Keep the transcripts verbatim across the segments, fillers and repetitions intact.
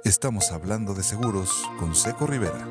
Estamos hablando de seguros con Seco Rivera.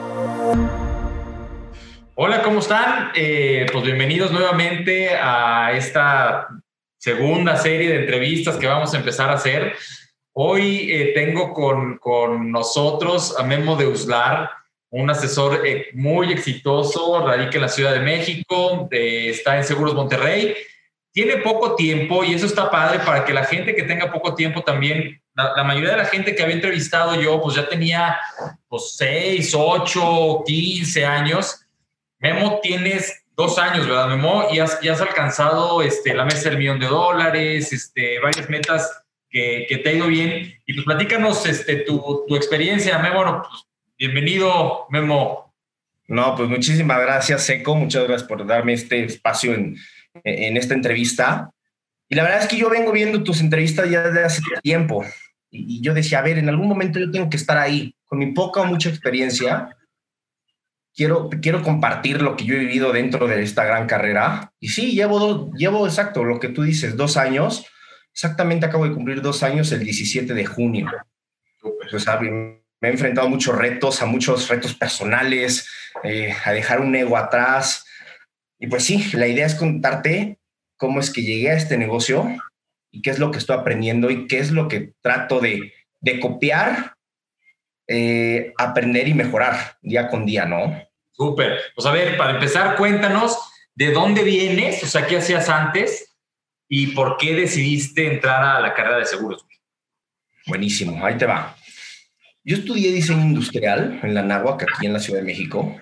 Hola, ¿cómo están? Eh, pues bienvenidos nuevamente a esta segunda serie de entrevistas que vamos a empezar a hacer. Hoy eh, tengo con, con nosotros a Memo de Uslar, un asesor eh, muy exitoso, radica en la Ciudad de México, eh, está en Seguros Monterrey. Tiene poco tiempo y eso está padre para que la gente que tenga poco tiempo también, la, la mayoría de la gente que había entrevistado yo, pues ya tenía pues seis, ocho, quince años. Memo, tienes dos años, ¿verdad, Memo? Y has, y has alcanzado este, la meta del millón de dólares, este, varias metas que, que te ha ido bien. Y pues platícanos este, tu, tu experiencia, Memo. Bueno, pues, bienvenido, Memo. No, pues muchísimas gracias, Seco. Muchas gracias por darme este espacio en, en esta entrevista. Y la verdad es que yo vengo viendo tus entrevistas ya desde hace tiempo. Y, y yo decía, a ver, en algún momento yo tengo que estar ahí. Con mi poca o mucha experiencia, quiero, quiero compartir lo que yo he vivido dentro de esta gran carrera. Y sí, llevo, do, llevo exacto lo que tú dices, dos años. Exactamente acabo de cumplir dos años el diecisiete de junio. Pues, ¿sabes? Me he enfrentado a muchos retos, a muchos retos personales, eh, a dejar un ego atrás. Y pues sí, la idea es contarte cómo es que llegué a este negocio y qué es lo que estoy aprendiendo y qué es lo que trato de, de copiar, eh, aprender y mejorar día con día, ¿no? Súper. Pues a ver, para empezar, cuéntanos de dónde vienes, o sea, qué hacías antes y por qué decidiste entrar a la carrera de seguros. Buenísimo, ahí te va. Yo estudié diseño industrial en la Anáhuac, aquí en la Ciudad de México.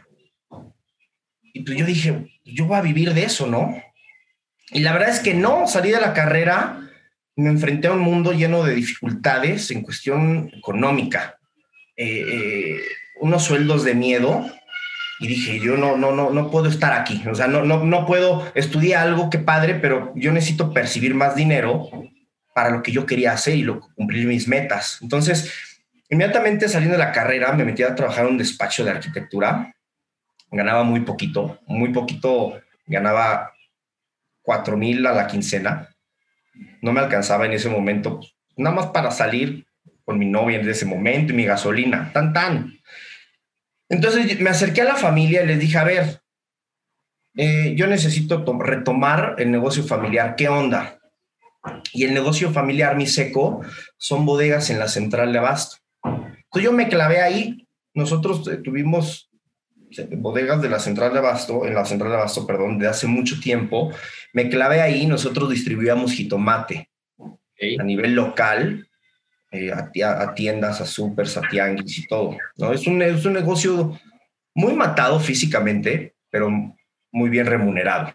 Y pues yo dije, yo voy a vivir de eso, ¿no? Y la verdad es que no, salí de la carrera, me enfrenté a un mundo lleno de dificultades en cuestión económica, eh, eh, unos sueldos de miedo, y dije, yo no, no, no, no puedo estar aquí, o sea, no, no, no puedo estudiar algo, que padre, pero yo necesito percibir más dinero para lo que yo quería hacer y lo, cumplir mis metas. Entonces, inmediatamente saliendo de la carrera, me metí a trabajar en un despacho de arquitectura. Ganaba muy poquito, muy poquito, ganaba cuatro mil a la quincena. No me alcanzaba en ese momento, nada más para salir con mi novia en ese momento y mi gasolina, tan, tan. Entonces me acerqué a la familia y les dije, a ver, eh, yo necesito retomar el negocio familiar, ¿qué onda? Y el negocio familiar, mi Seco, son bodegas en la central de abasto. Entonces yo me clavé ahí. Nosotros eh, tuvimos bodegas de la central de abasto, en la central de abasto, perdón, de hace mucho tiempo. Me clavé ahí. Nosotros distribuíamos jitomate okay. a nivel local, eh, a, a tiendas, a supers, a tianguis y todo, ¿no? Es un, es un negocio muy matado físicamente, pero muy bien remunerado.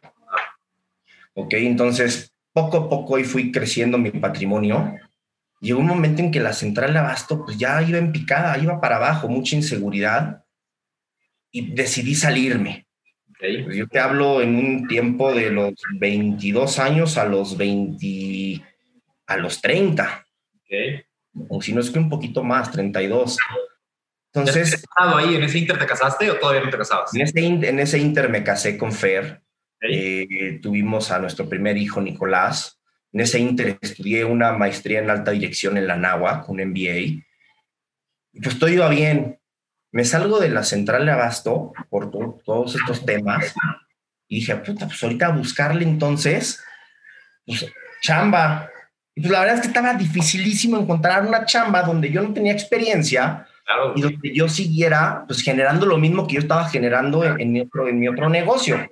Ok, entonces poco a poco ahí fui creciendo mi patrimonio. Llegó un momento en que la central de abasto pues ya iba en picada, iba para abajo, mucha inseguridad, y decidí salirme. Okay. Pues yo te hablo en un tiempo de los veintidós años a los veinte, a los treinta. Okay. O si no es que un poquito más, treinta y dos. Entonces, ¿ya has estado ahí? ¿En ese inter te casaste o todavía no te casabas? En ese, en ese inter me casé con Fer. Okay. Eh, tuvimos a nuestro primer hijo, Nicolás. En ese inter estudié una maestría en alta dirección en la Anáhuac, un M B A. Y pues todo iba bien. Me salgo de la central de abasto por to todos estos temas y dije, puta, pues ahorita a buscarle entonces, pues, chamba. Y pues la verdad es que estaba dificilísimo encontrar una chamba donde yo no tenía experiencia, claro, y donde yo siguiera pues generando lo mismo que yo estaba generando en, en, mi, otro, en mi otro negocio.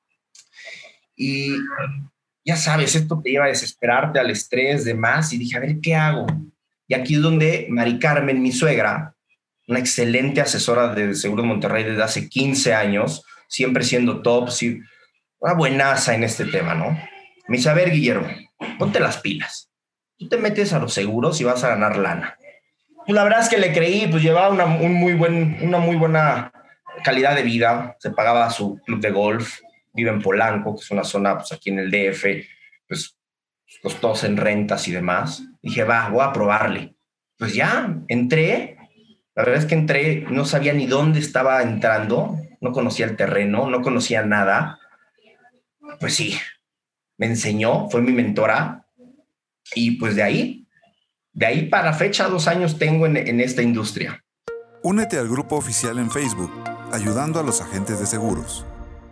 Y ya sabes, esto te lleva a desesperarte, al estrés, demás, y dije, a ver, ¿qué hago? Y aquí es donde Mari Carmen, mi suegra, una excelente asesora de Seguros Monterrey desde hace quince años, siempre siendo top, sí, una buenaza en este tema, ¿no? Me dice, a ver, Guillermo, ponte las pilas. Tú te metes a los seguros y vas a ganar lana. Pues la verdad es que le creí, pues llevaba una, un muy buen, una muy buena calidad de vida, se pagaba su club de golf, vive en Polanco, que es una zona pues aquí en el D F, pues costosa en rentas y demás. Dije, va, voy a probarle. Pues ya, entré. La verdad es que entré, no sabía ni dónde estaba entrando, no conocía el terreno, no conocía nada. Pues sí, me enseñó, fue mi mentora, y pues de ahí De ahí para fecha, dos años tengo en, en esta industria. Únete al grupo oficial en Facebook, ayudando a los agentes de seguros.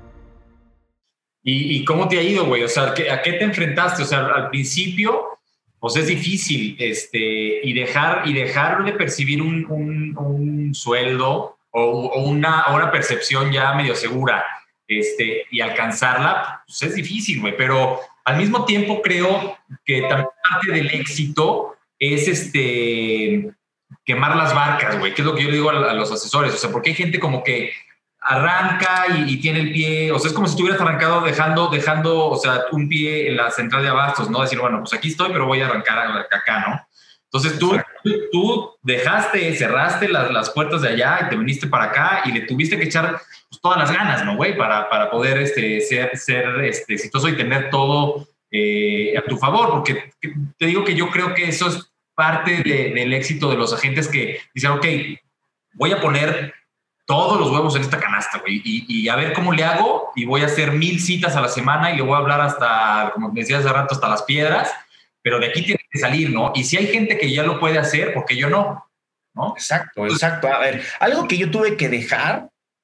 ¿Y, y cómo te ha ido, güey? O sea, ¿a qué, a qué te enfrentaste? O sea, al principio, pues es difícil, este, y dejar, y dejar de percibir un, un, un sueldo o, o, una, o una percepción ya medio segura, este, y alcanzarla, pues es difícil, güey. Pero al mismo tiempo creo que también parte del éxito es este, quemar las barcas, güey, que es lo que yo le digo a, a los asesores. O sea, porque hay gente como que arranca y, y tiene el pie, o sea, es como si estuvieras arrancado dejando, dejando, o sea, un pie en la central de abastos, ¿no? Decir, bueno, pues aquí estoy, pero voy a arrancar acá, ¿no? Entonces tú, tú dejaste, cerraste las, las puertas de allá y te viniste para acá y le tuviste que echar pues, todas las ganas, ¿no, güey? Para, para poder este, ser, ser este, exitoso y tener todo eh, a tu favor, porque te digo que yo creo que eso es parte de, del éxito de los agentes que dicen, ok, voy a poner todos los huevos en esta canasta, güey, y, y a ver cómo le hago, y voy a hacer mil citas a la semana y le voy a hablar hasta, como me decía hace rato, hasta las piedras, pero de aquí tiene que salir, ¿no? Y si hay gente que ya lo puede hacer, porque yo no, ¿no? Exacto, exacto. A ver, algo que yo tuve que dejar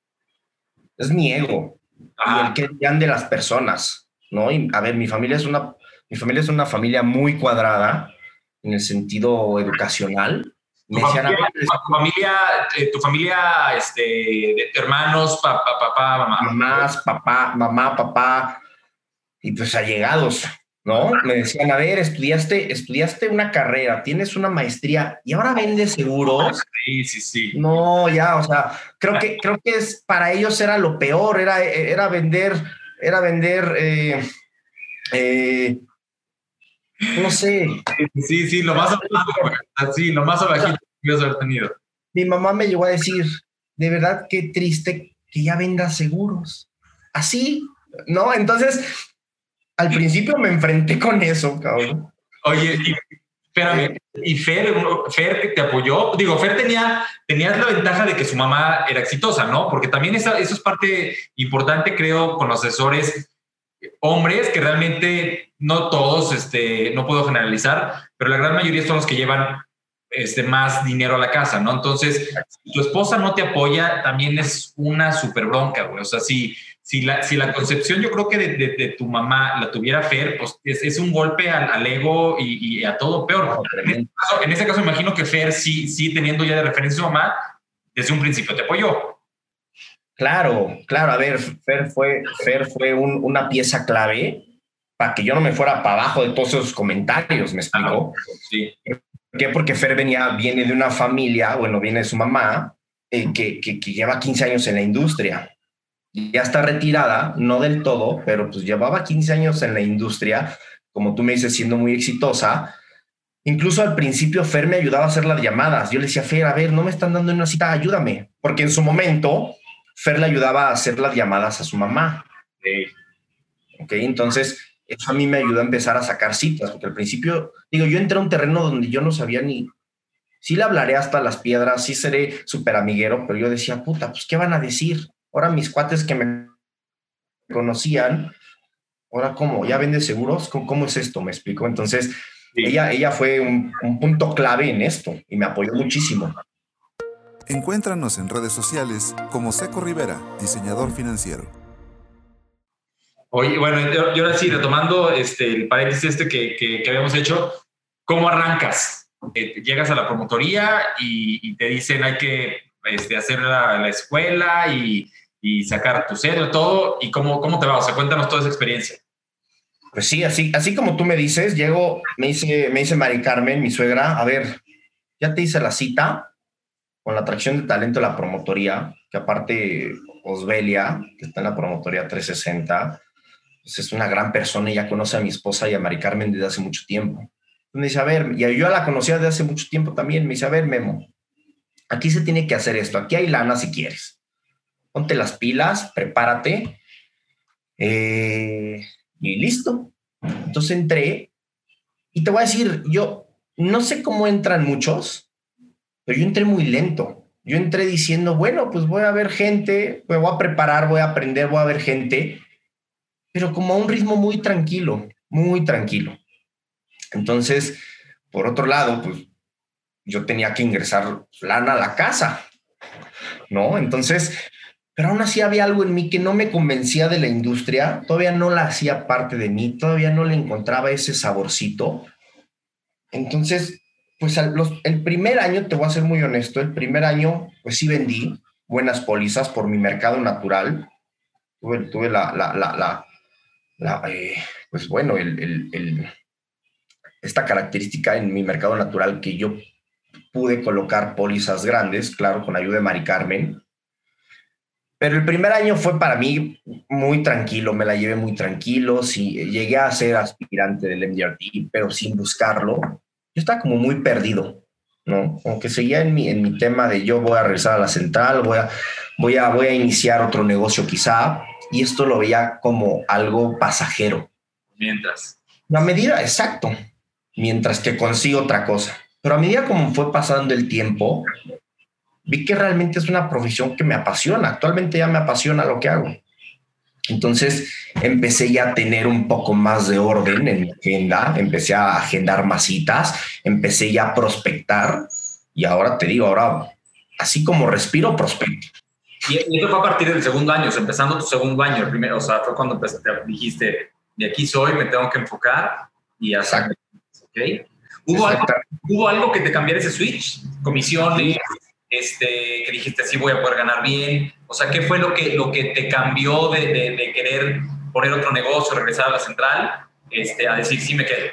es mi ego. Ajá. Y el que dirán de las personas, ¿no? Y, a ver, mi familia es una, mi familia es una familia muy cuadrada en el sentido educacional. Tu familia, tu familia, eh, tu familia este, de hermanos, papá, papá, mamá. Mamás, papá, mamá, papá, y pues allegados, ¿no? Me decían, a ver, estudiaste, estudiaste una carrera, tienes una maestría y ahora vendes seguros. Sí, sí, sí. No, ya, o sea, creo que, creo que es, para ellos era lo peor, era, era vender, era vender, eh, eh, no sé. Sí, sí, lo más abajo, sí, lo más abajito que ibas a haber tenido. Mi mamá me llegó a decir, de verdad, qué triste que ya vendas seguros. Así, ¿no? Entonces, al principio me enfrenté con eso, cabrón. Oye, y, espérame, ¿y Fer, Fer te apoyó? Digo, Fer tenía, tenías la ventaja de que su mamá era exitosa, ¿no? Porque también esa, eso es parte importante, creo, con los asesores hombres, que realmente no todos, este, no puedo generalizar, pero la gran mayoría son los que llevan este, más dinero a la casa, ¿no? Entonces, si tu esposa no te apoya, también es una súper bronca, güey. O sea, si, si, la, si la concepción, yo creo que de, de, de tu mamá la tuviera Fer, pues es, es un golpe al, al ego y, y a todo peor. En ese caso, en ese caso, imagino que Fer, sí, sí, teniendo ya de referencia a su mamá, desde un principio te apoyó. Claro, claro. A ver, Fer fue, Fer fue un, una pieza clave para que yo no me fuera para abajo de todos esos comentarios, ¿me explico? Sí. ¿Por qué? Porque Fer venía, viene de una familia, bueno, viene de su mamá, eh, que, que, que lleva quince años en la industria. Ya está retirada, no del todo, pero pues llevaba quince años en la industria, como tú me dices, siendo muy exitosa. Incluso al principio Fer me ayudaba a hacer las llamadas. Yo le decía, Fer, a ver, no me están dando una cita, ayúdame. Porque en su momento Fer le ayudaba a hacer las llamadas a su mamá. Sí. Ok, entonces eso a mí me ayudó a empezar a sacar citas, porque al principio, digo, yo entré a un terreno donde yo no sabía ni, sí le hablaré hasta las piedras, sí seré súper amiguero, pero yo decía, puta, pues, ¿qué van a decir? Ahora mis cuates que me conocían, ahora, ¿cómo? ¿Ya vende seguros? ¿Cómo, cómo es esto? ¿Me explico? Entonces, sí. ella, ella fue un, un punto clave en esto y me apoyó muchísimo. Encuéntranos en redes sociales como Seco Rivera, diseñador financiero. Oye, bueno, yo ahora sí, retomando este, el paréntesis este que, que, que habíamos hecho, ¿cómo arrancas? Eh, llegas a la promotoría y, y te dicen hay que este, hacer la, la escuela y, y sacar tu cédula, todo, ¿y cómo, cómo te va? O sea, cuéntanos toda esa experiencia. Pues sí, así, así como tú me dices, llego, me dice, me dice Mari Carmen, mi suegra, a ver, ya te hice la cita con la atracción de talento de la promotoría, que aparte Osbelia, que está en la promotoría trescientos sesenta, pues es una gran persona y ya conoce a mi esposa y a Mari Carmen desde hace mucho tiempo. Me dice, a ver, y yo la conocía desde hace mucho tiempo también, me dice, a ver, Memo, aquí se tiene que hacer esto, aquí hay lana si quieres. Ponte las pilas, prepárate, eh, y listo. Entonces entré, y te voy a decir, yo no sé cómo entran muchos, pero yo entré muy lento. Yo entré diciendo, bueno, pues voy a ver gente, me voy a preparar, voy a aprender, voy a ver gente, pero como a un ritmo muy tranquilo, muy tranquilo. Entonces, por otro lado, pues yo tenía que ingresar lana a la casa, ¿no? Entonces, pero aún así había algo en mí que no me convencía de la industria, todavía no la hacía parte de mí, todavía no le encontraba ese saborcito. Entonces, pues al, los, el primer año, te voy a ser muy honesto, el primer año, pues sí vendí buenas pólizas por mi mercado natural. Tuve, tuve la, la, la, la, la eh, pues bueno, el, el, el, esta característica en mi mercado natural que yo pude colocar pólizas grandes, claro, con ayuda de Mari Carmen. Pero el primer año fue para mí muy tranquilo, me la llevé muy tranquilo. Sí, llegué a ser aspirante del M D R T, pero sin buscarlo. Yo estaba como muy perdido, ¿no? Como que seguía en mi, en mi tema de yo voy a regresar a la central, voy a, voy, a, voy a iniciar otro negocio quizá, y esto lo veía como algo pasajero. Mientras. A medida, exacto, mientras que consigo otra cosa. Pero a medida como fue pasando el tiempo, vi que realmente es una profesión que me apasiona. Actualmente ya me apasiona lo que hago. Entonces empecé ya a tener un poco más de orden en mi agenda, empecé a agendar más citas, empecé ya a prospectar y ahora te digo, ahora así como respiro, prospecto. Y eso fue a partir del segundo año, o sea, empezando tu segundo año, el primero, o sea, fue cuando empezaste, dijiste, de aquí soy, me tengo que enfocar y ya está. ¿Okay? ¿Hubo, algo, ¿Hubo algo que te cambiara ese switch? Comisiones, este, que dijiste, sí voy a poder ganar bien. O sea, ¿qué fue lo que, lo que te cambió de, de, de querer poner otro negocio, regresar a la central, este, a decir, sí me quedo?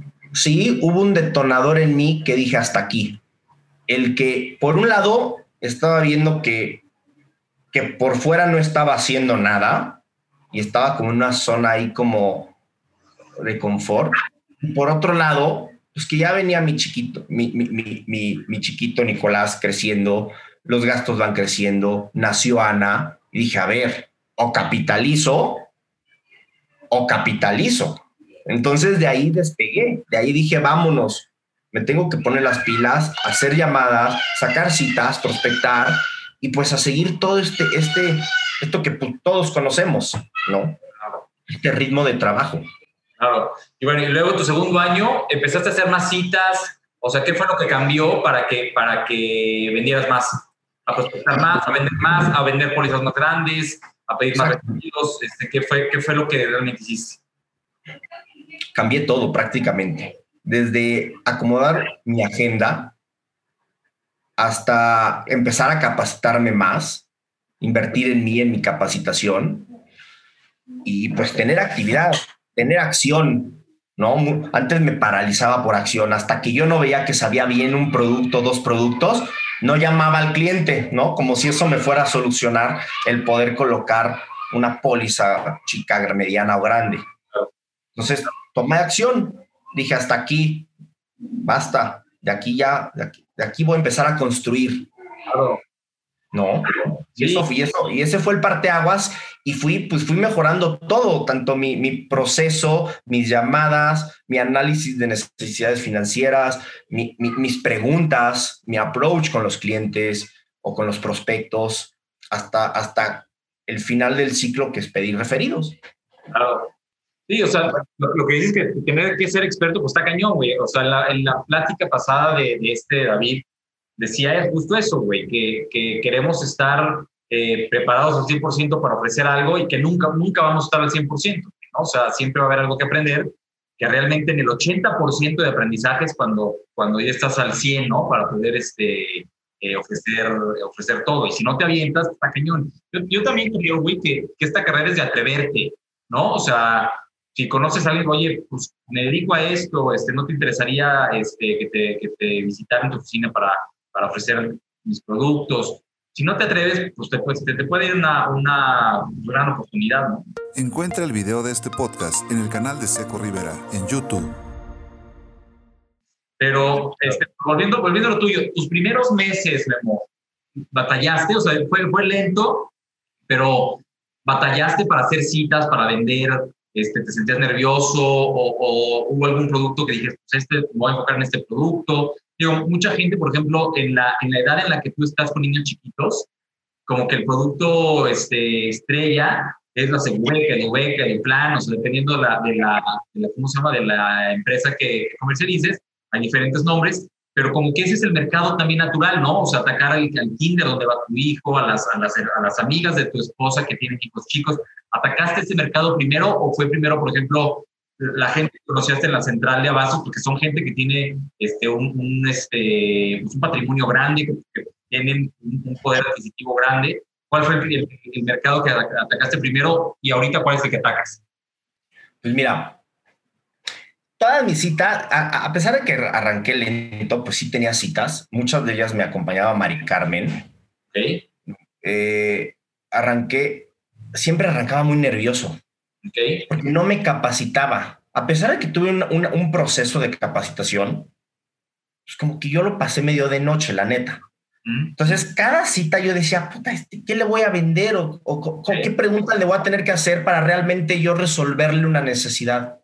Sí, hubo un detonador en mí que dije hasta aquí. El que, por un lado, estaba viendo que, que por fuera no estaba haciendo nada y estaba como en una zona ahí como de confort. Por otro lado, pues que ya venía mi chiquito, mi, mi, mi, mi, mi chiquito Nicolás creciendo, los gastos van creciendo, nació Ana, y dije, a ver, o capitalizo o capitalizo. Entonces de ahí despegué, de ahí dije, vámonos, me tengo que poner las pilas, hacer llamadas, sacar citas, prospectar y pues a seguir todo este, este, esto que pues, todos conocemos, ¿no? Este ritmo de trabajo. Claro. Y bueno, y luego tu segundo año empezaste a hacer más citas. O sea, ¿qué fue lo que cambió para que, para que vendieras más? A prospectar más, a vender más, a vender pólizas más grandes, a pedir más recibidos. Este, ¿qué, fue, ¿Qué fue lo que realmente hiciste? Cambié todo prácticamente. Desde acomodar mi agenda hasta empezar a capacitarme más, invertir en mí, en mi capacitación y pues tener actividad, tener acción, ¿no? Antes me paralizaba por acción, hasta que yo no veía que sabía bien un producto, dos productos, no llamaba al cliente, ¿no? Como si eso me fuera a solucionar el poder colocar una póliza chica, mediana o grande. Entonces, tomé acción, dije hasta aquí, basta, de aquí ya, de aquí, de aquí voy a empezar a construir. Claro. ¿No? Y, sí. eso, y, eso, y ese fue el parteaguas y fui, pues fui mejorando todo, tanto mi, mi proceso, mis llamadas, mi análisis de necesidades financieras, mi, mi, mis preguntas, mi approach con los clientes o con los prospectos, hasta, hasta el final del ciclo que es pedir referidos. Claro. Sí, o sea, lo, lo que dices es que tener que ser experto, pues está cañón, güey. O sea, en la, en la plática pasada de, de este David, decía justo eso, güey, que, que queremos estar eh, preparados al cien por ciento para ofrecer algo y que nunca, nunca vamos a estar al cien por ciento, ¿no? O sea, siempre va a haber algo que aprender, que realmente en el ochenta por ciento de aprendizajes cuando, cuando ya estás al cien, ¿no? Para poder este, eh, ofrecer, ofrecer todo. Y si no te avientas, está cañón. Yo, yo también creo, güey, que, que esta carrera es de atreverte, ¿no? O sea, si conoces a alguien, oye, pues me dedico a esto, este, ¿no te interesaría este, que, te, que te visitaran en tu oficina para para ofrecer mis productos? Si no te atreves, pues te, pues, te, te puede ir una, una gran oportunidad, ¿no? Encuentra el video de este podcast en el canal de Seco Rivera en YouTube. Pero este, volviendo, volviendo a lo tuyo, tus primeros meses, Memo, batallaste, o sea, fue, fue lento, pero batallaste para hacer citas, para vender, este, te sentías nervioso o, o hubo algún producto que dijiste, pues este, me voy a enfocar en este producto. Digo, mucha gente, por ejemplo, en la, en la edad en la que tú estás con niños chiquitos, como que el producto este, estrella es la Segubeca, el Ubeca, el plan, o sea, dependiendo de la, de la, de la, ¿cómo se llama?, de la empresa que, que comercialices, hay diferentes nombres, pero como que ese es el mercado también natural, ¿no? O sea, atacar al, al kinder donde va tu hijo, a las, a, las, a las amigas de tu esposa que tienen hijos chicos. ¿Atacaste ese mercado primero o fue primero, por ejemplo, la gente que conociste en la central de abastos, porque son gente que tiene este, un, un, este, pues un patrimonio grande, que, que tienen un poder adquisitivo grande? ¿Cuál fue el, el, el mercado que atacaste primero y ahorita cuál es el que atacas? Pues mira, todas mis citas, a, a pesar de que arranqué lento, pues sí tenía citas. Muchas de ellas me acompañaba Mari Carmen. Okay. Eh, arranqué, siempre arrancaba muy nervioso. Okay. Porque no me capacitaba. A pesar de que tuve un, un, un proceso de capacitación, pues como que yo lo pasé medio de noche, la neta. Mm. Entonces, cada cita yo decía, puta, ¿qué le voy a vender? ¿O, o sí. qué preguntas le voy a tener que hacer para realmente yo resolverle una necesidad?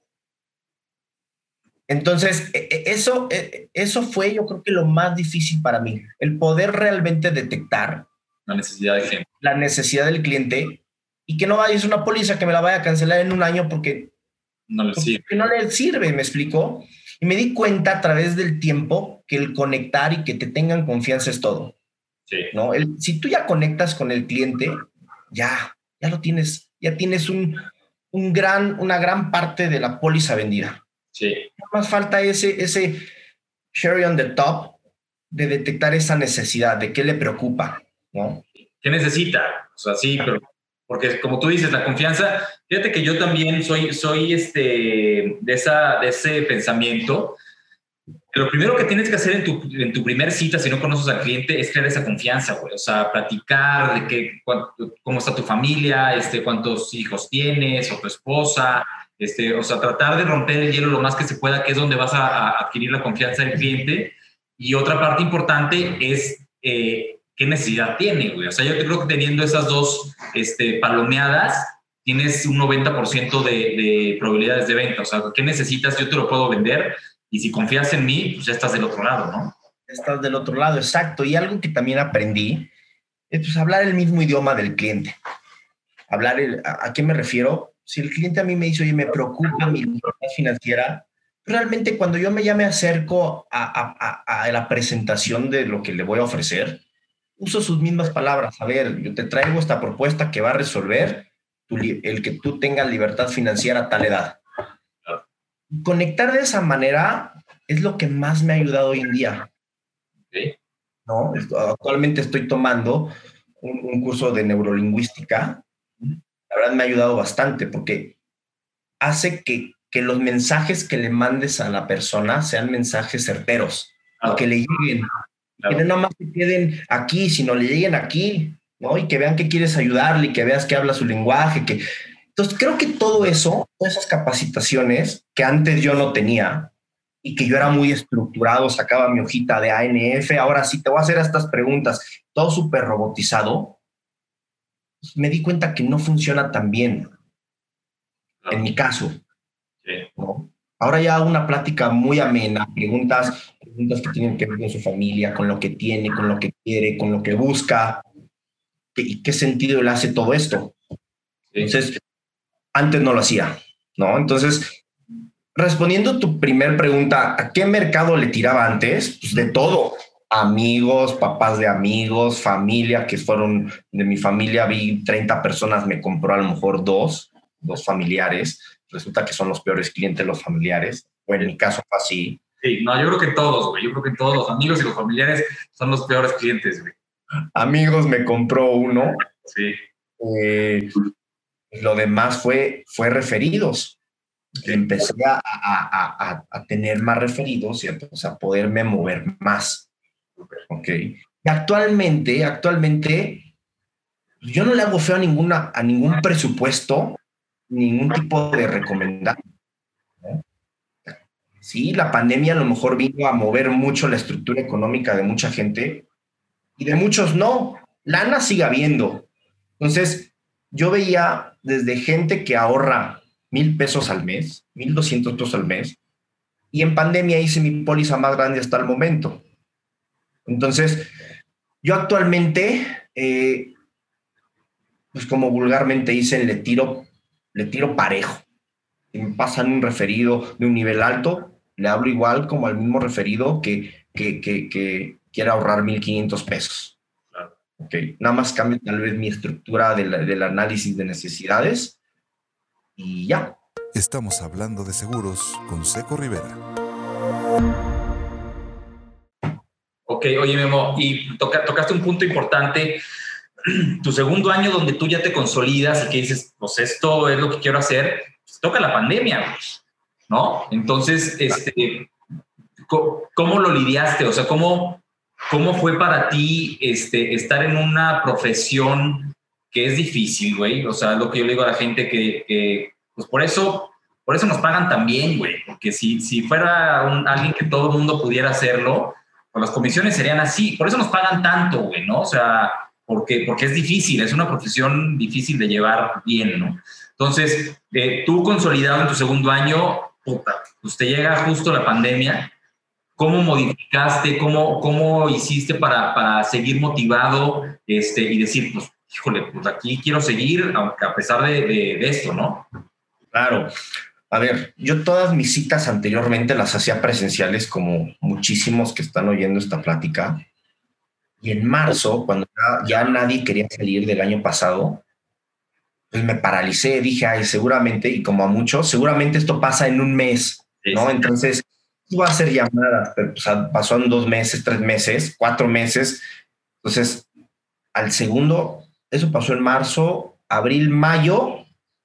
Entonces, eso, eso fue, yo creo que lo más difícil para mí, el poder realmente detectar la necesidad del cliente, la necesidad del cliente y que no vaya a ser una póliza que me la vaya a cancelar en un año porque no le sirve. Porque no le sirve, ¿me explico? Y me di cuenta a través del tiempo que el conectar y que te tengan confianza es todo. Sí. ¿No? El, si tú ya conectas con el cliente, ya, ya lo tienes, ya tienes un, un gran, una gran parte de la póliza vendida. Sí. Nada más falta ese, ese cherry on the top de detectar esa necesidad, de qué le preocupa, ¿no? ¿Qué necesita? O sea, sí, pero porque como tú dices, la confianza, fíjate que yo también soy, soy este, de, esa, de ese pensamiento. Lo primero que tienes que hacer en tu, en tu primer cita, si no conoces al cliente, es crear esa confianza, güey. O sea, platicar de qué, cuánto, cómo está tu familia, este, cuántos hijos tienes, o tu esposa. Este, o sea, tratar de romper el hielo lo más que se pueda, que es donde vas a, a adquirir la confianza del cliente. Y otra parte importante es eh, qué necesidad tiene, güey. O sea, yo creo que teniendo esas dos este, palomeadas, tienes un noventa por ciento de, de probabilidades de venta. O sea, ¿qué necesitas? Yo te lo puedo vender. Y si confías en mí, pues ya estás del otro lado, ¿no? Estás del otro lado, exacto. Y algo que también aprendí es pues, hablar el mismo idioma del cliente. Hablar, el, a, ¿a qué me refiero? Si el cliente a mí me dice, oye, me preocupa mi libertad financiera, realmente cuando yo me ya me acerco a, a, a, a la presentación de lo que le voy a ofrecer, uso sus mismas palabras. A ver, yo te traigo esta propuesta que va a resolver tu, el que tú tengas libertad financiera a tal edad. Conectar de esa manera es lo que más me ha ayudado hoy en día. Okay. ¿No? Actualmente estoy tomando un, un curso de neurolingüística. La verdad me ha ayudado bastante porque hace que, que los mensajes que le mandes a la persona sean mensajes certeros, claro. Y que le lleguen. Claro. Que no nada más se queden aquí, sino le lleguen aquí, ¿no? Y que vean que quieres ayudarle y que veas que habla su lenguaje, que... Entonces, creo que todo eso, todas esas capacitaciones que antes yo no tenía y que yo era muy estructurado, sacaba mi hojita de A N F, ahora sí te voy a hacer estas preguntas, todo súper robotizado, pues me di cuenta que no funciona tan bien, en mi caso. Sí. ¿No? Ahora ya hago una plática muy amena, preguntas, preguntas que tienen que ver con su familia, con lo que tiene, con lo que quiere, con lo que busca, y qué sentido le hace todo esto. Sí. Entonces, antes no lo hacía, ¿no? Entonces, respondiendo a tu primer pregunta, ¿a qué mercado le tiraba antes? Pues de todo. Amigos, papás de amigos, familia, que fueron de mi familia, vi treinta personas, me compró a lo mejor dos, dos familiares. Resulta que son los peores clientes los familiares. O en mi caso fue así. Sí, no, yo creo que todos, güey. Yo creo que todos los amigos y los familiares son los peores clientes, güey. Amigos me compró uno. Sí. Eh, Lo demás fue, fue referidos. Sí. Empecé a, a, a, a tener más referidos y a, o sea, a poderme mover más. Ok. Y actualmente, actualmente, yo no le hago feo a, ninguna, a ningún presupuesto, ningún tipo de recomendación. ¿No? Sí, la pandemia a lo mejor vino a mover mucho la estructura económica de mucha gente y de muchos no. Lana sigue habiendo. Entonces, yo veía desde gente que ahorra mil pesos al mes, mil doscientos pesos al mes, y en pandemia hice mi póliza más grande hasta el momento. Entonces, yo actualmente, eh, pues como vulgarmente dicen, le tiro, le tiro parejo. Si me pasan un referido de un nivel alto, le hablo igual como al mismo referido que, que, que, que quiere ahorrar mil quinientos pesos. Claro. Okay. Nada más cambio tal vez mi estructura de la, del análisis de necesidades y ya. Estamos hablando de seguros con Seco Rivera. Ok, oye Memo, y toca, tocaste un punto importante, tu segundo año donde tú ya te consolidas y que dices, pues esto es lo que quiero hacer, pues toca la pandemia, ¿no? Entonces, este, ¿cómo lo lidiaste? O sea, ¿cómo, cómo fue para ti este, estar en una profesión que es difícil, güey? O sea, es lo que yo le digo a la gente que, que pues por eso, por eso nos pagan tan bien, güey, porque si, si fuera un, alguien que todo el mundo pudiera hacerlo, pues las comisiones serían así, por eso nos pagan tanto, güey, ¿no? O sea, porque, porque es difícil, es una profesión difícil de llevar bien, ¿no? Entonces, eh, tú consolidado en tu segundo año, puta, pues te llega justo la pandemia. ¿Cómo modificaste, cómo, cómo hiciste para, para seguir motivado este, y decir, pues, híjole, pues aquí quiero seguir, aunque a pesar de, de, de esto, ¿no? Claro. A ver, yo todas mis citas anteriormente las hacía presenciales, como muchísimos que están oyendo esta plática. Y en marzo, cuando ya, ya nadie quería salir del año pasado, pues me paralicé, dije, ay, seguramente, y como a muchos, seguramente esto pasa en un mes, ¿no? Entonces, iba a hacer llamadas, pero pues, pasó en dos meses, tres meses, cuatro meses. Entonces, al segundo, eso pasó en marzo, abril, mayo,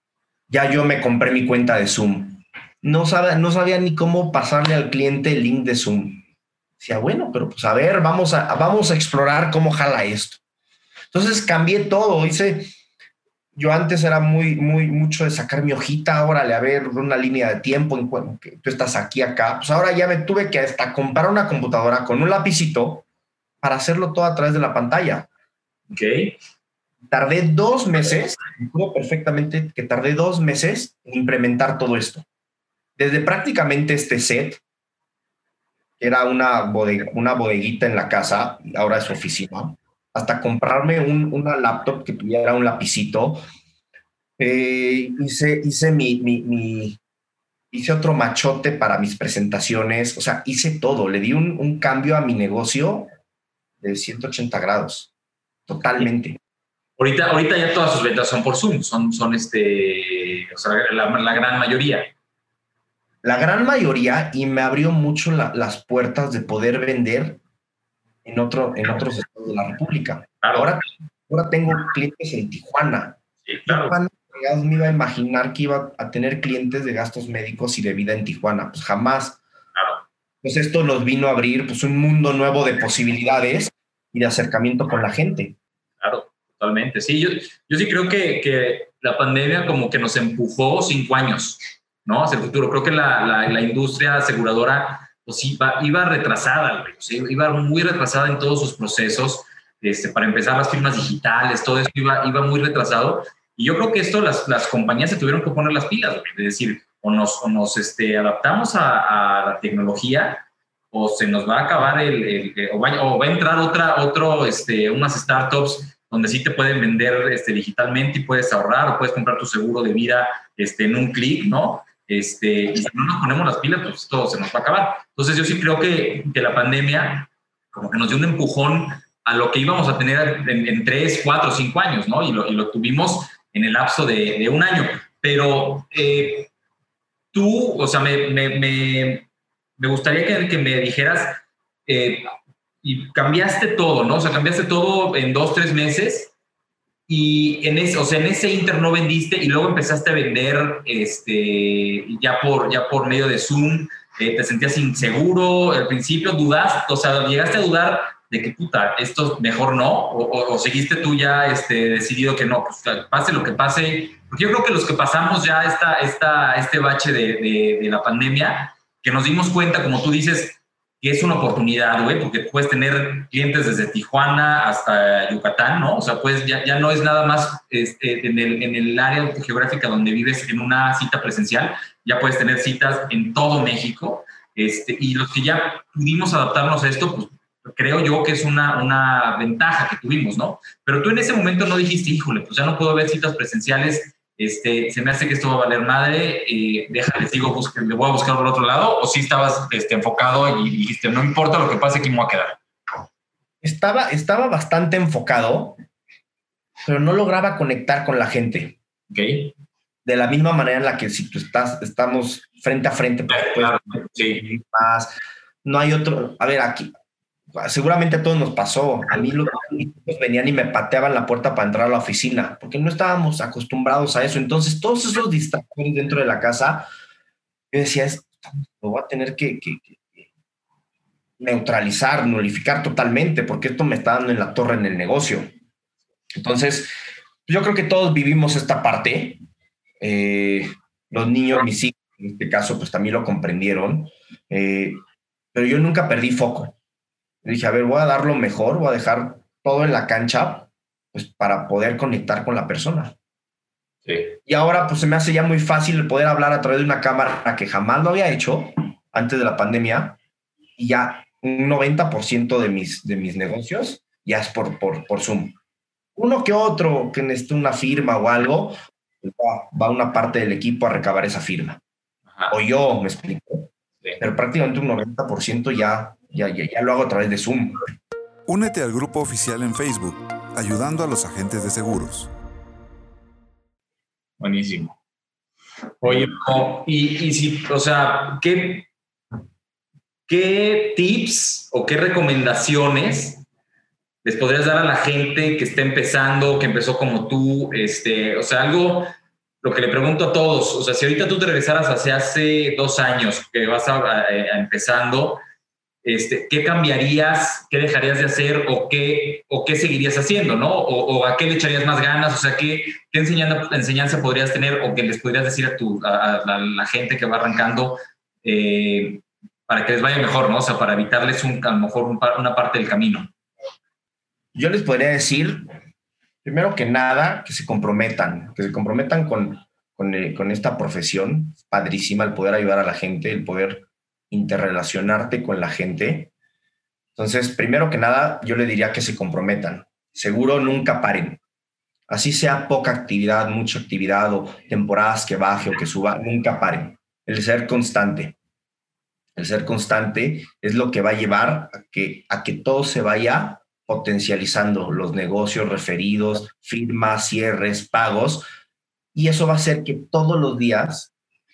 ya yo me compré mi cuenta de Zoom. No sabía, no sabía ni cómo pasarle al cliente el link de Zoom. Decía, bueno, pero pues a ver, vamos a, vamos a explorar cómo jala esto. Entonces cambié todo, hice... Yo antes era muy, muy, mucho de sacar mi hojita, órale, a ver, una línea de tiempo, en cuanto que tú estás aquí, acá. Pues ahora ya me tuve que hasta comprar una computadora con un lapicito para hacerlo todo a través de la pantalla. Ok. Tardé dos meses, recuerdo perfectamente que tardé dos meses en implementar todo esto. Desde prácticamente este set, que era una, bodega, una bodeguita en la casa, ahora es oficina, hasta comprarme un, una laptop que tuviera un lapicito. Eh, hice, hice, mi, mi, mi, hice otro machote para mis presentaciones, o sea, hice todo, le di un, un cambio a mi negocio de ciento ochenta grados, totalmente. Ahorita, ahorita ya todas sus ventas son por Zoom, son, son este, o sea, la, la gran mayoría. La gran mayoría, y me abrió mucho la, las puertas de poder vender en, otro, en otros estados de la República. Claro. Ahora, ahora tengo clientes en Tijuana. Sí, claro. Tijuana, me iba a imaginar que iba a tener clientes de gastos médicos y de vida en Tijuana. Pues jamás. Claro. Pues esto nos vino a abrir pues, un mundo nuevo de posibilidades y de acercamiento con la gente. Claro, totalmente. Sí, yo, yo sí creo que, que la pandemia como que nos empujó cinco años, ¿no? Hacia el futuro. Creo que la, la, la industria aseguradora pues iba, iba retrasada, o sea, iba muy retrasada en todos sus procesos. Este, para empezar, las firmas digitales, todo esto iba, iba muy retrasado. Y yo creo que esto las, las compañías se tuvieron que poner las pilas, es decir, o nos, o nos este, adaptamos a, a la tecnología o se nos va a acabar el, el, el o, va, o va a entrar otra, otro, este, unas startups donde sí te pueden vender este, digitalmente y puedes ahorrar o puedes comprar tu seguro de vida este, en un clic, ¿no? Este, y si no nos ponemos las pilas, pues todo se nos va a acabar. Entonces yo sí creo que, que la pandemia como que nos dio un empujón a lo que íbamos a tener en, en tres, cuatro, cinco años, ¿no? Y lo, y lo tuvimos en el lapso de, de un año. Pero eh, tú, o sea, me, me, me, me gustaría que, que me dijeras, eh, y cambiaste todo, ¿no? O sea, cambiaste todo en dos, tres meses. Y en ese, o sea, en ese inter no vendiste y luego empezaste a vender este, ya, por, ya por medio de Zoom, eh, te sentías inseguro, al principio dudaste, o sea, llegaste a dudar de que, puta, esto mejor no, o, o, o seguiste tú ya este, decidido que no, pues pase lo que pase, porque yo creo que los que pasamos ya esta, esta, este bache de, de, de la pandemia, que nos dimos cuenta, como tú dices, que es una oportunidad, güey, porque puedes tener clientes desde Tijuana hasta Yucatán, ¿no? O sea, pues ya, ya no es nada más este, en, el, en el área geográfica donde vives en una cita presencial, ya puedes tener citas en todo México, este, y los que ya pudimos adaptarnos a esto, pues creo yo que es una, una ventaja que tuvimos, ¿no? Pero tú en ese momento no dijiste, híjole, pues ya no puedo ver citas presenciales este, se me hace que esto va a valer madre, eh, déjale, sigo, busque, le voy a buscar por otro lado, o si estabas este, enfocado y dijiste, no importa lo que pase, aquí me voy a quedar? Estaba, estaba bastante enfocado, pero no lograba conectar con la gente. Ok. De la misma manera en la que si tú estás, estamos frente a frente, pues, Claro, pues, sí. más, no hay otro, a ver, aquí, seguramente a todos nos pasó, a mí los amigos venían y me pateaban la puerta para entrar a la oficina, porque no estábamos acostumbrados a eso, entonces todos esos distractores dentro de la casa, yo decía, es, lo voy a tener que, que, que neutralizar, nulificar totalmente, porque esto me está dando en la torre en el negocio. Entonces, yo creo que todos vivimos esta parte. Eh, los niños, mis hijos, en este caso, pues también lo comprendieron. Eh, pero yo nunca perdí foco. Dije, a ver, voy a dar lo mejor, voy a dejar todo en la cancha, pues para poder conectar con la persona. Sí. Y ahora, pues se me hace ya muy fácil poder hablar a través de una cámara que jamás lo había hecho antes de la pandemia. Y ya un noventa por ciento de mis, de mis negocios ya es por, por, por Zoom. Uno que otro que necesite una firma o algo, va, va una parte del equipo a recabar esa firma. Ajá. O yo, me explico. Sí. Pero prácticamente un noventa por ciento ya, ya, ya, ya lo hago a través de Zoom. Únete al grupo oficial en Facebook, ayudando a los agentes de seguros. Buenísimo. Oye, no, y, y si, o sea, ¿qué, ¿qué tips o qué recomendaciones les podrías dar a la gente que está empezando, que empezó como tú? Este, o sea, algo, lo que le pregunto a todos, o sea, si ahorita tú te regresaras hacia hace dos años que vas a, a, a empezando, este, ¿qué cambiarías, qué dejarías de hacer o qué, o qué seguirías haciendo, ¿no? O, o a qué le echarías más ganas, o sea, ¿qué, qué enseñanza, enseñanza podrías tener o que les podrías decir a, tu, a, a, a la gente que va arrancando eh, para que les vaya mejor, ¿no? O sea, para evitarles un, a lo mejor un, una parte del camino. Yo les podría decir, primero que nada, que se comprometan, que se comprometan con, con, eh, con esta profesión. Es padrísima el poder ayudar a la gente, el poder interrelacionarte con la gente. Entonces, primero que nada, yo le diría que se comprometan. Seguro nunca paren. Así sea poca actividad, mucha actividad o temporadas que baje o que suba, nunca paren. El ser constante. El ser constante es lo que va a llevar a que, a que todo se vaya potencializando, los negocios, referidos, firmas, cierres, pagos, y eso va a hacer que todos los días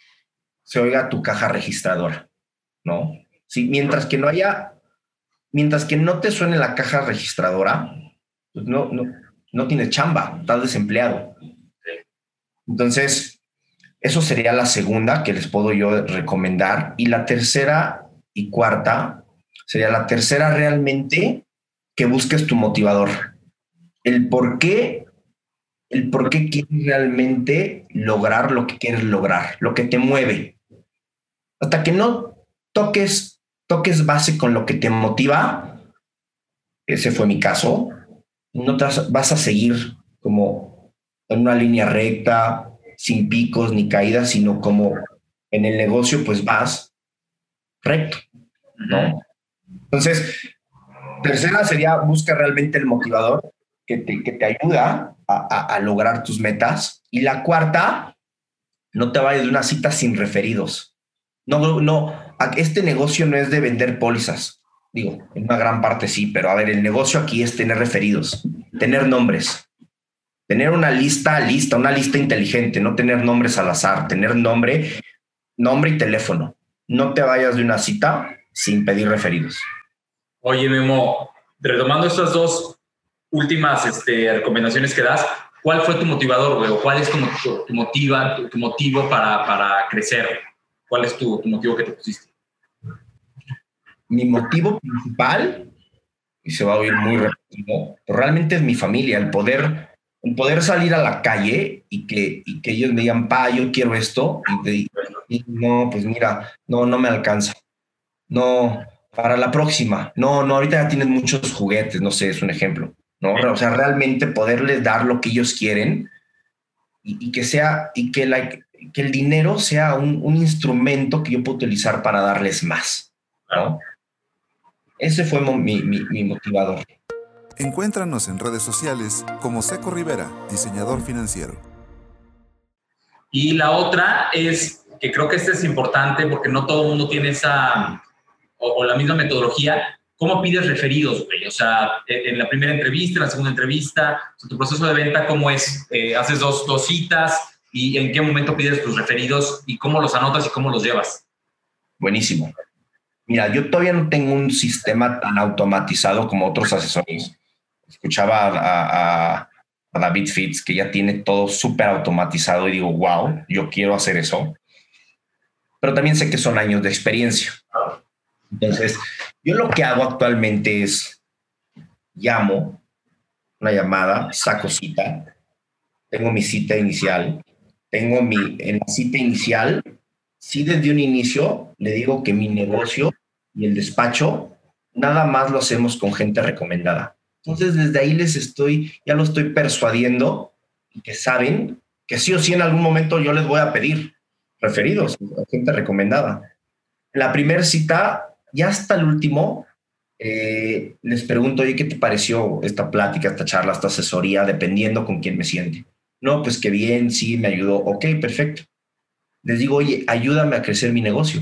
se oiga tu caja registradora, ¿no? Sí, mientras que no haya, mientras que no te suene la caja registradora, pues no, no, no tienes chamba, estás desempleado. Entonces, eso sería la segunda que les puedo yo recomendar. Y la tercera y cuarta sería la tercera realmente que busques tu motivador. El por qué, el por qué quieres realmente lograr lo que quieres lograr, lo que te mueve. Hasta que no toques, toques base con lo que te motiva, ese fue mi caso, no te vas, vas a seguir como en una línea recta, sin picos ni caídas, sino como en el negocio, pues vas recto, ¿no? Entonces, tercera sería busca realmente el motivador que te, que te ayuda a, a, a lograr tus metas. Y la cuarta, no te vayas de una cita sin referidos. No, no, este negocio no es de vender pólizas. Digo, en una gran parte sí, pero a ver, el negocio aquí es tener referidos, tener nombres. Tener una lista lista, una lista inteligente, no tener nombres al azar, tener nombre, nombre y teléfono. No te vayas de una cita sin pedir referidos. Oye, Memo, retomando estas dos últimas este, recomendaciones que das, ¿cuál fue tu motivador, güey? ¿O cuál es tu, tu, tu, motiva, tu, tu motivo para, para crecer? ¿Cuál es tu, tu motivo que te pusiste? Mi motivo principal, y se va a oír muy repetido, pero realmente es mi familia, el poder... El poder salir a la calle y que, y que ellos me digan, pa, yo quiero esto, y, de, y no, pues mira, no, no me alcanza. No, para la próxima. No, no, ahorita ya tienes muchos juguetes, no sé, es un ejemplo, ¿no? O sea, realmente poderles dar lo que ellos quieren y, y que sea, y que, la, que el dinero sea un, un instrumento que yo puedo utilizar para darles más, ¿no? Ese fue mi, mi, mi motivador. Encuéntranos en redes sociales como Seco Rivera, diseñador financiero. Y la otra es, que creo que este es importante porque no todo el mundo tiene esa, o, o la misma metodología. ¿Cómo pides referidos, güey? O sea, en la primera entrevista, en la segunda entrevista, o sea, tu proceso de venta, ¿cómo es? Eh, ¿Haces dos, dos citas? ¿Y en qué momento pides tus referidos? ¿Y cómo los anotas y cómo los llevas? Buenísimo. Mira, yo todavía no tengo un sistema tan automatizado como otros asesores. Escuchaba a, a, a David Fitz, que ya tiene todo súper automatizado y digo, wow, yo quiero hacer eso. Pero también sé que son años de experiencia. Entonces, yo lo que hago actualmente es llamo, una llamada, saco cita, tengo mi cita inicial, tengo mi, en la cita inicial, sí desde un inicio le digo que mi negocio y el despacho, nada más lo hacemos con gente recomendada. Entonces, desde ahí les estoy, ya lo estoy persuadiendo y que saben que sí o sí en algún momento yo les voy a pedir referidos, gente recomendada. En la primera cita, ya hasta el último, eh, les pregunto, oye, ¿qué te pareció esta plática, esta charla, esta asesoría, dependiendo con quién me siente? No, pues que bien, sí, me ayudó. Ok, perfecto. Les digo, oye, ayúdame a crecer mi negocio.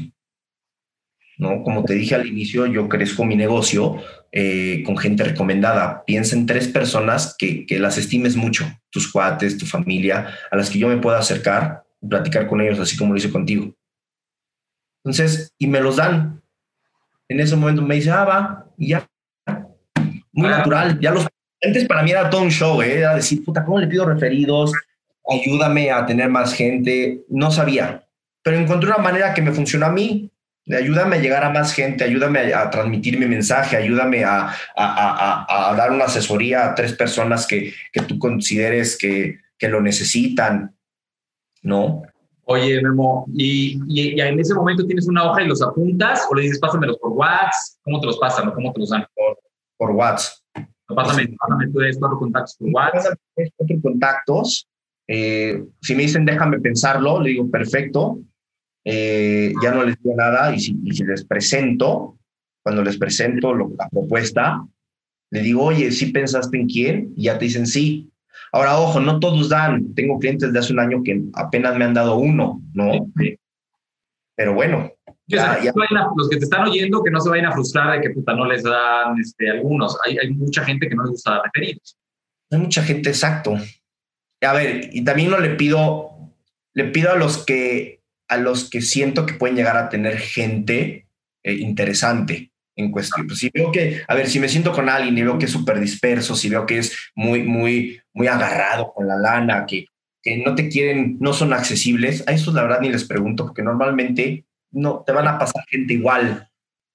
¿No? Como te dije al inicio, yo crezco mi negocio eh, con gente recomendada. Piensa en tres personas que, que las estimes mucho, tus cuates, tu familia, a las que yo me pueda acercar y platicar con ellos, así como lo hice contigo. Entonces, y me los dan. En ese momento me dice, ah, va, y ya. Muy ah, natural. Ya los antes para mí era todo un show, ¿eh? Era decir, puta, ¿cómo le pido referidos? Ayúdame a tener más gente. No sabía, pero encontré una manera que me funcionó a mí. Ayúdame a llegar a más gente, ayúdame a, a transmitir mi mensaje, ayúdame a, a, a, a dar una asesoría a tres personas que, que tú consideres que, que lo necesitan, ¿no? Oye, Memo, ¿y, y, y en ese momento tienes una hoja y los apuntas o le dices, pásamelos por WhatsApp? ¿Cómo te los pasan o cómo te los dan? Por, por WhatsApp. Pásame, sí. pásame tú de cuatro contactos por WhatsApp. Cuatro contactos. Eh, si me dicen, déjame pensarlo, le digo, perfecto. Eh, ya no les digo nada y si, y si les presento, cuando les presento lo, la propuesta, le digo, oye, ¿sí pensaste en quién? Y ya te dicen sí. Ahora, ojo, no todos dan. Tengo clientes de hace un año que apenas me han dado uno, ¿no? Sí. Pero bueno. Ya, ya. Los que te están oyendo, que no se vayan a frustrar de que puta no les dan este, algunos. Hay, hay mucha gente que no les gusta dar referidos. Hay mucha gente, exacto. A ver, y también no le pido, le pido a los que a los que siento que pueden llegar a tener gente eh, interesante en cuestión. Pues si veo que, a ver, si me siento con alguien y veo que es súper disperso, si veo que es muy, muy, muy agarrado con la lana, que, que no te quieren, no son accesibles, a esos la verdad ni les pregunto, porque normalmente no te van a pasar gente igual.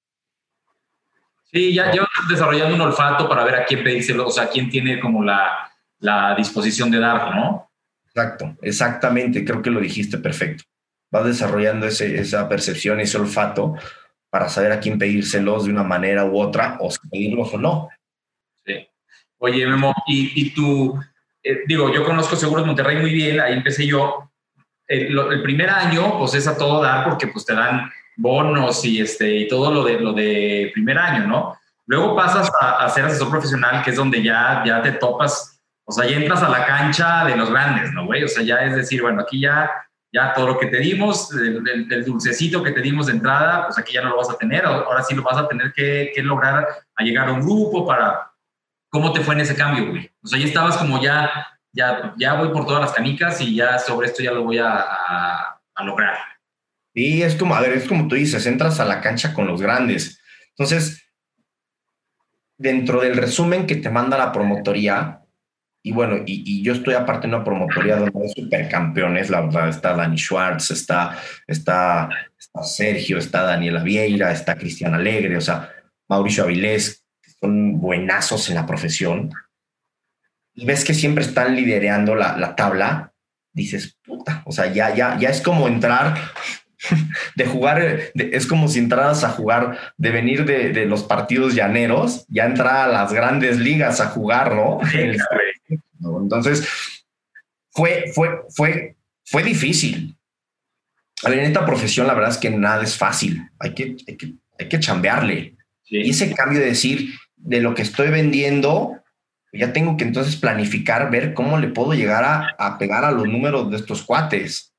Sí, ya llevas desarrollando un olfato para ver a quién pedírselo, o sea, a quién tiene como la, la disposición de dar, ¿no? Exacto, exactamente, creo que lo dijiste perfecto. Vas desarrollando ese, esa percepción, ese olfato para saber a quién pedírselos de una manera u otra o si pedirlos o no. Sí. Oye, Memo, y, y tú, eh, digo, yo conozco Seguros Monterrey muy bien, ahí empecé yo. El, lo, el primer año, pues es a todo dar porque pues te dan bonos y, este, y todo lo de, lo de primer año, ¿no? Luego pasas a, a ser asesor profesional, que es donde ya, ya te topas, o sea, ya entras a la cancha de los grandes, ¿no, güey? O sea, ya es decir, bueno, aquí ya... ya todo lo que te dimos, el, el, el dulcecito que te dimos de entrada, pues aquí ya no lo vas a tener, ahora sí lo vas a tener que, que lograr a llegar a un grupo para... ¿Cómo te fue en ese cambio, güey? O sea, ya estabas como ya, ya, ya voy por todas las canicas y ya sobre esto ya lo voy a, a, a lograr. Sí, es como, a ver, es como tú dices, entras a la cancha con los grandes. Entonces, dentro del resumen que te manda la promotoría, y bueno, y, y yo estoy aparte en una promotoría donde hay supercampeones, la verdad, está Dani Schwartz, está, está, está Sergio, está Daniela Vieira, está Cristian Alegre, o sea, Mauricio Avilés, que son buenazos en la profesión, y ves que siempre están liderando la, la tabla, dices, puta, o sea, ya, ya, ya es como entrar de jugar, de, es como si entraras a jugar, de venir de, de los partidos llaneros, ya entrar a las grandes ligas a jugar, ¿no? Sí, El, ¿no? Entonces, fue, fue, fue, fue difícil. A ver, en esta profesión la verdad es que nada es fácil. Hay que, hay que, hay que chambearle. Sí. Y ese cambio de decir, de lo que estoy vendiendo, ya tengo que entonces planificar, ver cómo le puedo llegar a, a pegar a los números de estos cuates.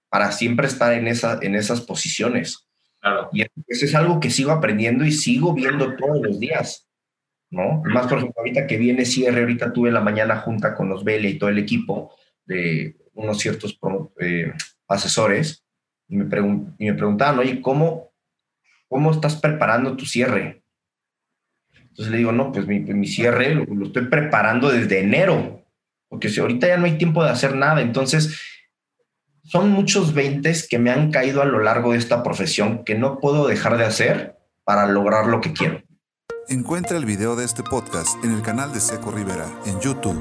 para siempre estar en, esa, en esas posiciones. Claro. Y eso es algo que sigo aprendiendo y sigo viendo todos los días, ¿no? Más, por ejemplo, ahorita que viene cierre, ahorita tuve en la mañana junta con los Vele y todo el equipo de unos ciertos eh, asesores y me, pregun y me preguntaban, oye, ¿cómo, ¿cómo estás preparando tu cierre? Entonces le digo, no, pues mi, mi cierre lo, lo estoy preparando desde enero, porque si ahorita ya no hay tiempo de hacer nada. Entonces, son muchos veintes que me han caído a lo largo de esta profesión que no puedo dejar de hacer para lograr lo que quiero. Encuentra el video de este podcast en el canal de Seco Rivera en YouTube.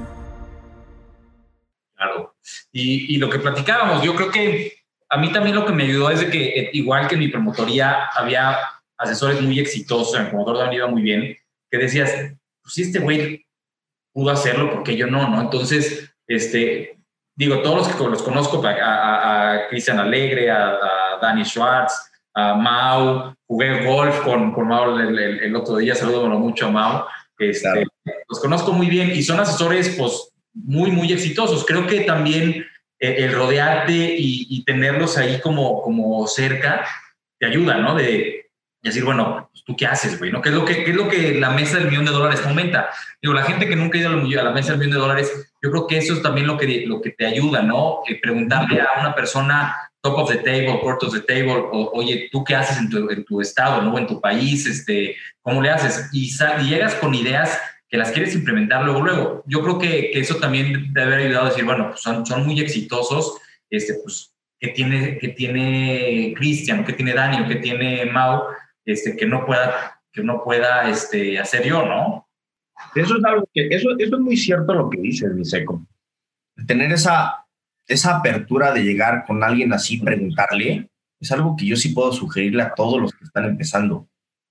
Claro. Y, y lo que platicábamos, yo creo que a mí también lo que me ayudó es de que, igual que en mi promotoría, había asesores muy exitosos, en el promotor también iba muy bien, que decías, pues si este güey pudo hacerlo, ¿por qué yo no? ¿no? Entonces, este, digo, todos los que los conozco, a, a, a Cristian Alegre, a, a Dani Schwartz, a Mau, jugué golf con, con Mau el, el, el otro día, saludo mucho a Mau, este, claro. Los conozco muy bien y son asesores, pues, muy, muy exitosos. Creo que también eh, el rodearte y, y tenerlos ahí como, como cerca te ayuda, ¿no? De decir, bueno, ¿tú qué haces, güey? ¿No? ¿Qué es lo que, qué es lo que la mesa del millón de dólares fomenta? Digo, la gente que nunca ha ido a la mesa del millón de dólares, yo creo que eso es también lo que, lo que te ayuda, ¿no? Eh, preguntarle a una persona top of the table, court of the table, o, oye, ¿tú qué haces en tu, en tu estado, ¿no? En tu país, este, ¿cómo le haces? Y, y llegas con ideas que las quieres implementar luego, luego. Yo creo que, que eso también debe haber ayudado a decir, bueno, pues son, son muy exitosos, este, pues, ¿qué tiene, qué tiene Cristian, qué tiene Dani, qué tiene Mau, este, que no pueda, que no pueda este, hacer yo, ¿no? Eso es algo que, eso, eso es muy cierto lo que dices, mi Seco. Tener esa, esa apertura de llegar con alguien así, preguntarle, es algo que yo sí puedo sugerirle a todos los que están empezando.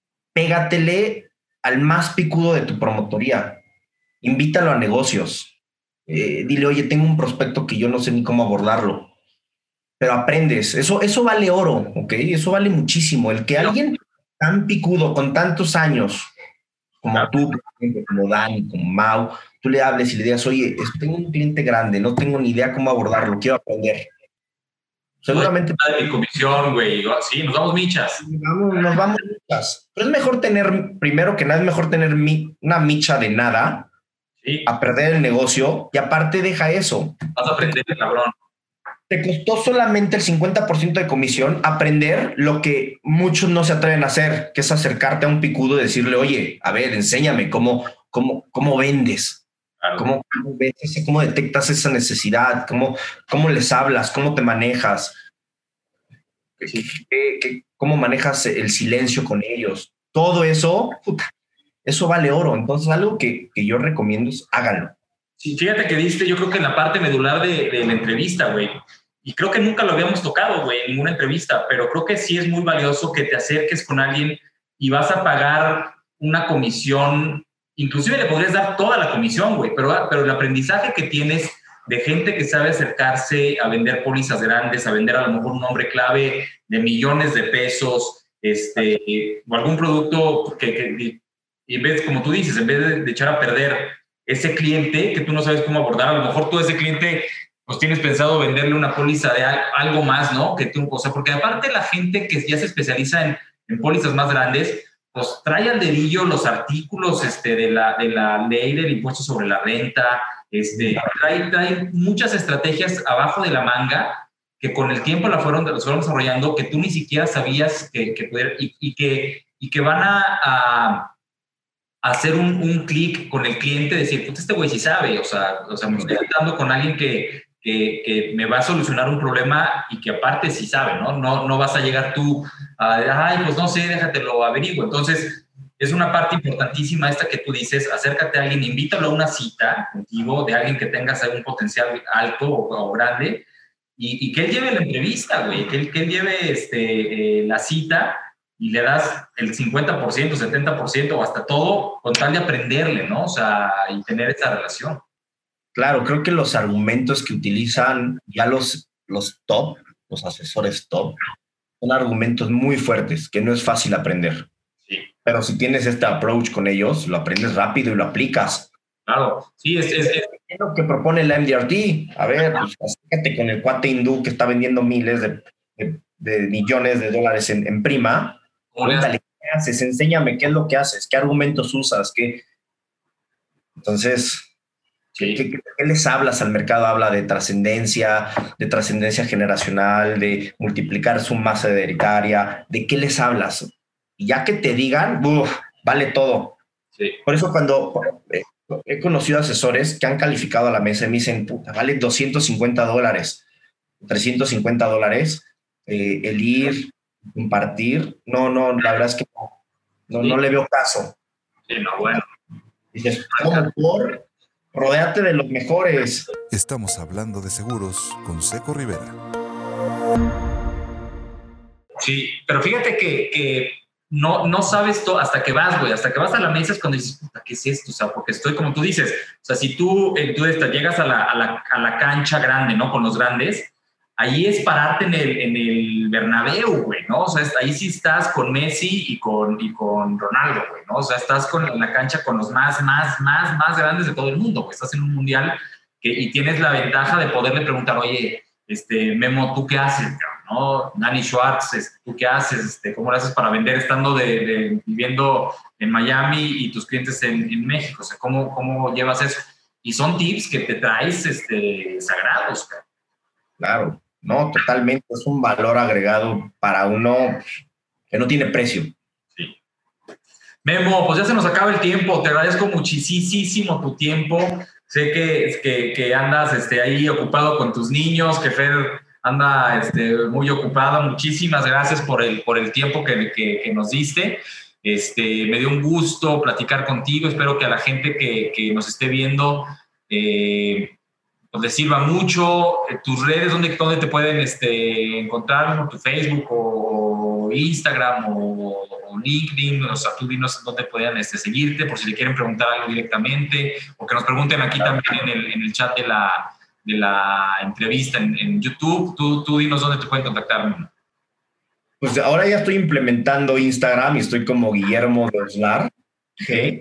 Pégatele al más picudo de tu promotoría. Invítalo a negocios. Eh, dile, oye, tengo un prospecto que yo no sé ni cómo abordarlo. Pero aprendes. Eso, eso vale oro, ¿ok? Eso vale muchísimo. El que alguien tan picudo, con tantos años, como tú, como Dani, como Mau, tú le hables y le digas, oye, tengo un cliente grande, no tengo ni idea cómo abordarlo, quiero aprender. Seguramente. De mi comisión, güey. Sí, nos vamos michas. Vamos, nos vamos michas. Pero es mejor tener, primero que nada, es mejor tener mi, una micha de nada, sí, a perder el negocio, y aparte deja eso. Vas a aprender, cabrón. Te costó solamente el cincuenta por ciento de comisión aprender lo que muchos no se atreven a hacer, que es acercarte a un picudo y decirle, oye, a ver, enséñame cómo, cómo, cómo vendes, claro. cómo, cómo, ves, cómo detectas esa necesidad, cómo, cómo les hablas, cómo te manejas, sí. ¿Qué, qué, cómo manejas el silencio con ellos. Todo eso, puta, eso vale oro. Entonces, algo que, que yo recomiendo es háganlo. Sí, fíjate que diste, yo creo que en la parte medular de, de la entrevista, güey. Y creo que nunca lo habíamos tocado, güey, en ninguna entrevista, pero creo que sí es muy valioso que te acerques con alguien y vas a pagar una comisión, inclusive le podrías dar toda la comisión, güey, pero, pero el aprendizaje que tienes de gente que sabe acercarse a vender pólizas grandes, a vender a lo mejor un nombre clave de millones de pesos, este, o algún producto que, que y en vez, como tú dices, en vez de, de echar a perder ese cliente que tú no sabes cómo abordar, a lo mejor tú a ese cliente pues tienes pensado venderle una póliza de algo más, ¿no? Que tú, o sea, porque aparte la gente que ya se especializa en, en pólizas más grandes, pues trae al dedillo los artículos este, de, la, de la ley del impuesto sobre la renta, este, trae, trae muchas estrategias abajo de la manga que con el tiempo la fueron, las fueron desarrollando, que tú ni siquiera sabías que, que poder, y, y, que, y que van a... a hacer un, un clic con el cliente, decir, puta, este güey sí sabe, o sea, o sea me estoy tratando con alguien que, que, que me va a solucionar un problema y que aparte sí sabe, ¿no? No, no vas a llegar tú a, ay, pues no sé, déjatelo averiguo. Entonces, es una parte importantísima esta que tú dices, acércate a alguien, invítalo a una cita contigo de alguien que tengas algún potencial alto o, o grande y, y que él lleve la entrevista, güey, que él, que él lleve este, eh, la cita y le das el cincuenta por ciento, setenta por ciento o hasta todo con tal de aprenderle, ¿no? O sea, y tener esa relación. Claro, creo que los argumentos que utilizan ya los, los top, los asesores top, son argumentos muy fuertes que no es fácil aprender. Sí. Pero si tienes este approach con ellos, lo aprendes rápido y lo aplicas. Claro, sí, es, es, es, Es lo que propone la M D R T. A ver, pues acércate con el cuate hindú que está vendiendo miles de, de, de millones de dólares en, en prima. Pregúntale, ¿qué haces? Enséñame qué es lo que haces, qué argumentos usas, qué... Entonces, sí. ¿qué, qué, qué les hablas al mercado? Habla de trascendencia, de trascendencia generacional, de multiplicar su masa hereditaria. ¿De qué les hablas? Y ya que te digan, uf, vale todo. Sí. Por eso cuando eh, he conocido asesores que han calificado a la mesa y me dicen, puta, vale doscientos cincuenta dólares, trescientos cincuenta dólares, eh, el ir, compartir. No, no, la verdad es que no, no, Sí. no le veo caso. Sí, no, bueno. Dices, ¿cómo por? Rodéate de los mejores. Estamos hablando de seguros con Seco Rivera. Sí, pero fíjate que, que no, no sabes todo hasta que vas, güey, hasta que vas a la mesa es cuando dices, puta, ¿qué es esto? O sea, porque estoy como tú dices, o sea, si tú, eh, tú esta, llegas a la, a, la, a la cancha grande, ¿no? Con los grandes, ahí es pararte en el, en el Bernabéu, güey, ¿no? O sea, ahí sí estás con Messi y con, y con Ronaldo, güey, ¿no? O sea, estás con, en la cancha con los más, más, más, más grandes de todo el mundo, güey. Estás en un mundial que, y tienes la ventaja de poderle preguntar, oye, este, Memo, ¿tú qué haces, ¿no? Dani Schwartz, ¿tú qué haces? Este, ¿Cómo lo haces para vender estando de, de, viviendo en Miami y tus clientes en, en México? O sea, ¿cómo, ¿cómo llevas eso? Y son tips que te traes este, sagrados, cara. Claro, no, totalmente. Es un valor agregado para uno que no tiene precio. Sí. Memo, pues ya se nos acaba el tiempo. Te agradezco muchísimo tu tiempo. Sé que, que, que andas este, ahí ocupado con tus niños, que Fer anda este, muy ocupada. Muchísimas gracias por el, por el tiempo que, que, que nos diste. Este, me dio un gusto platicar contigo. Espero que a la gente que, que nos esté viendo eh, pues les sirva mucho. Tus redes, ¿dónde, dónde te pueden este, encontrar? ¿Tu Facebook o Instagram o, o LinkedIn? O sea, tú dinos dónde puedan este, seguirte por si le quieren preguntar algo directamente o que nos pregunten aquí también en el, en el chat de la, de la entrevista en, en YouTube. Tú, tú dinos dónde te pueden contactar. Pues ahora ya estoy implementando Instagram y estoy como Guillermo de Oslar. G.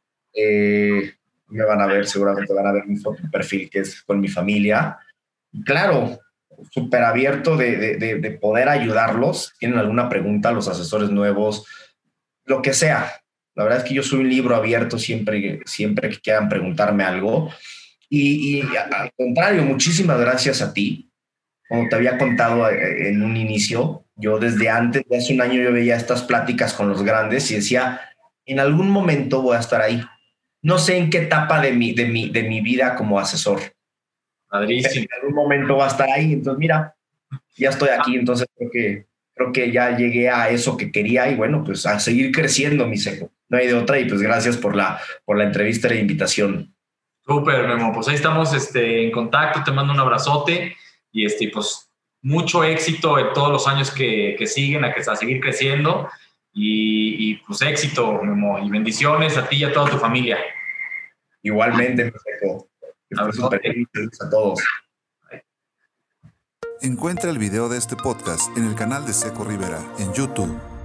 Eh, me van a ver, seguramente van a ver mi foto de perfil que es con mi familia. Claro, súper abierto de, de, de, de poder ayudarlos. ¿Tienen alguna pregunta? Los asesores nuevos, lo que sea. La verdad es que yo soy un libro abierto siempre, siempre que quieran preguntarme algo. Y, y al contrario, muchísimas gracias a ti. Como te había contado en un inicio, yo desde antes, de hace un año, yo veía estas pláticas con los grandes y decía, en algún momento voy a estar ahí. No sé en qué etapa de mi, de mi, de mi vida como asesor. Padrísimo. En algún momento va a estar ahí. Entonces, mira, ya estoy aquí. Entonces, creo que, creo que ya llegué a eso que quería y bueno, pues a seguir creciendo, mi Seco. No hay de otra y pues gracias por la, por la entrevista y la invitación. Súper, Memo. Pues ahí estamos este, en contacto. Te mando un abrazote y este, pues mucho éxito en todos los años que, que siguen, a, que, a seguir creciendo. Y, y pues éxito, Memo. Y bendiciones a ti y a toda tu familia. Igualmente, mi Seco. Estoy súper bien. Saludos a todos. Encuentra el video de este podcast en el canal de Seco Rivera en YouTube.